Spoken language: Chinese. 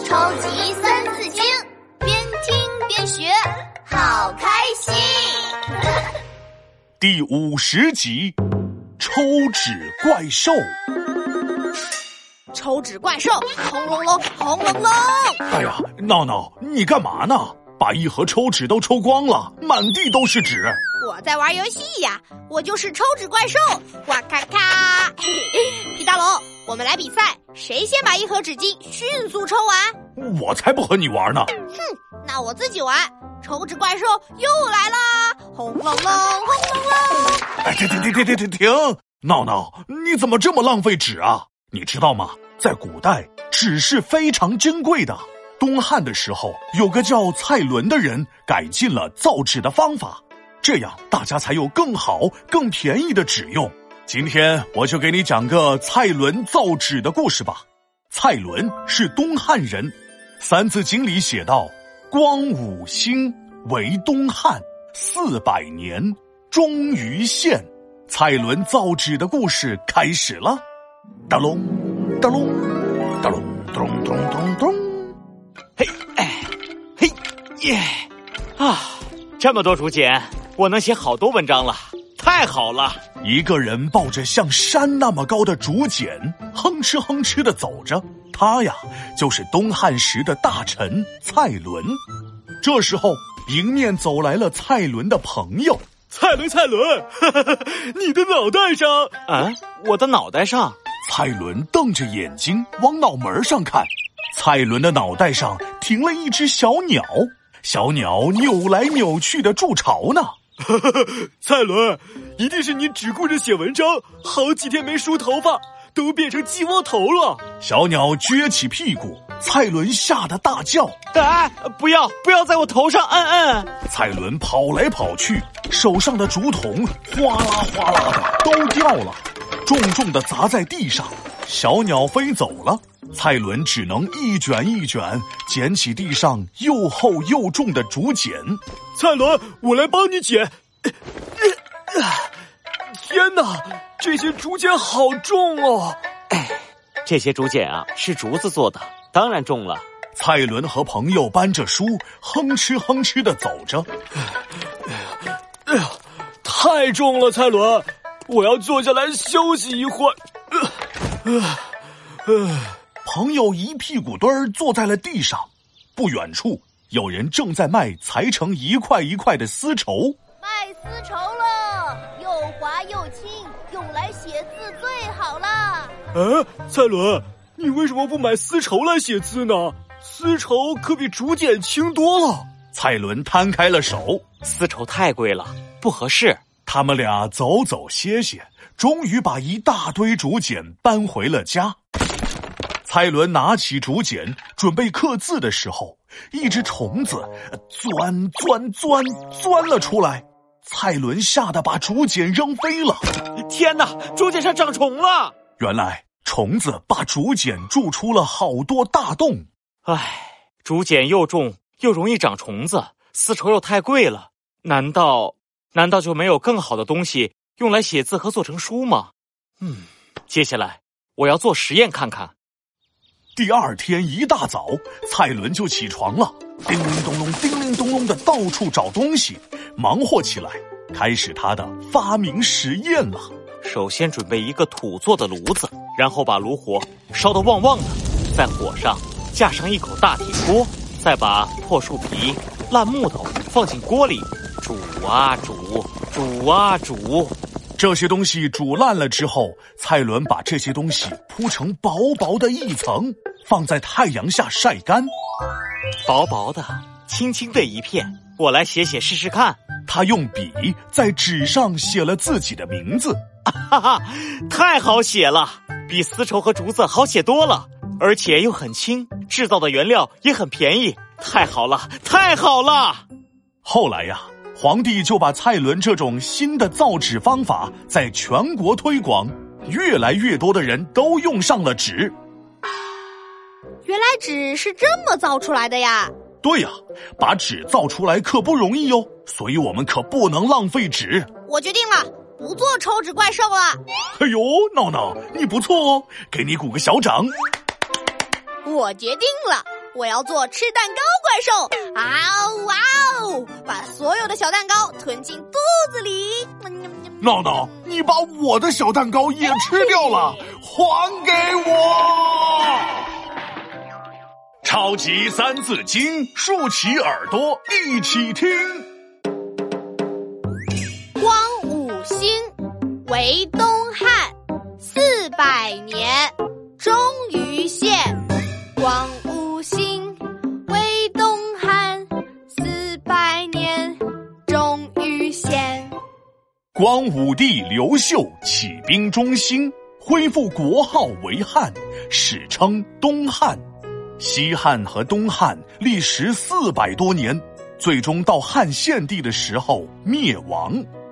超级三字经，边听边学，好开心。 第50集，抽纸怪兽。 抽纸怪兽，轰隆隆，轰隆隆！ 哎呀，闹闹，你干嘛呢？把一盒抽纸都抽光了，满地都是纸。 我在玩游戏呀，我就是抽纸怪兽，哇咔咔！皮大龙，我们来比赛，谁先把一盒纸巾迅速抽完？ 我才不和你玩呢！ 哼，那我自己玩。抽纸怪兽又来啦！轰隆隆，轰隆隆！ 哎，停！闹闹，你怎么这么浪费纸啊？你知道吗？在古代，纸是非常珍贵的。东汉的时候，有个叫蔡伦的人改进了造纸的方法，这样大家才有更好、更便宜的纸用。今天我就给你讲个蔡伦造纸的故事吧。蔡伦是东汉人，《三字经》里写道：光武兴，为东汉，400年，终于现。蔡伦造纸的故事开始了。哒隆哒隆哒隆咚咚咚咚， 嘿哎嘿耶啊！这么多竹简，我能写好多文章了，太好了！ 一个人抱着像山那么高的竹简，哼哧哼哧地走着。他呀，就是东汉时的大臣蔡伦。这时候，迎面走来了蔡伦的朋友。 蔡伦，呵呵，你的脑袋上啊，我的脑袋上。 蔡伦瞪着眼睛往脑门上看，蔡伦的脑袋上停了一只小鸟，小鸟扭来扭去的筑巢呢。 蔡伦，一定是你只顾着写文章，好几天没梳头发，都变成鸡窝头了。 小鸟撅起屁股，蔡伦吓得大叫： 哎，不要在我头上按！ 蔡伦跑来跑去，手上的竹筒哗啦哗啦的都掉了，重重地砸在地上。小鸟飞走了，蔡伦只能一卷一卷捡起地上又厚又重的竹简。 蔡伦，我来帮你捡。天哪，这些竹简好重哦！哎，这些竹简啊，是竹子做的，当然重了。 蔡伦和朋友搬着书，哼哧哼哧地走着。 哎呀，太重了，蔡伦，我要坐下来休息一会儿。 朋友一屁股墩儿坐在了地上。不远处，有人正在卖裁成一块一块的丝绸。 卖丝绸了，又滑又轻，用来写字最好啦。 蔡伦，你为什么不买丝绸来写字呢？丝绸可比竹简轻多了。 蔡伦摊开了手， 丝绸太贵了，不合适。 他们俩走走歇歇，终于把一大堆竹简搬回了家。蔡伦拿起竹简准备刻字的时候，一只虫子钻了出来。蔡伦吓得把竹简扔飞了。 天哪，竹简上长虫了！ 原来虫子把竹简蛀出了好多大洞。 唉，竹简又重又容易长虫子，丝绸又太贵了，难道就没有更好的东西用来写字和做成书吗？接下来我要做实验看看。 第二天一大早，蔡伦就起床了，叮铃咚隆叮铃咚隆的到处找东西，忙活起来，开始他的发明实验了。 首先准备一个土做的炉子，然后把炉火烧得旺旺的，在火上架上一口大铁锅，再把破树皮、烂木头放进锅里，煮啊煮，煮啊煮。 这些东西煮烂了之后，蔡伦把这些东西铺成薄薄的一层，放在太阳下晒干。 薄薄的，轻轻的一片，我来写试试看。 他用笔在纸上写了自己的名字。 哈哈，太好写了，比丝绸和竹子好写多了，而且又很轻，制造的原料也很便宜。太好了，太好了！ 后来呀，皇帝就把蔡伦这种新的造纸方法在全国推广，越来越多的人都用上了纸。 原来纸是这么造出来的呀？ 对呀，把纸造出来可不容易哟，所以我们可不能浪费纸。 我决定了，不做抽纸怪兽了。 哎呦，闹闹，你不错哦，给你鼓个小掌。 我决定了， 我要做吃蛋糕怪兽！啊哇哦！把所有的小蛋糕吞进肚子里。 闹闹，你把我的小蛋糕也吃掉了，还给我！超级三字经，竖起耳朵一起听。 光武兴，为东汉，400年，终于现。光武兴，为东汉，400年，终于现。 光武帝刘秀起兵中兴，恢复国号为汉，史称东汉。西汉和东汉历时400多年，最终到汉献帝的时候灭亡。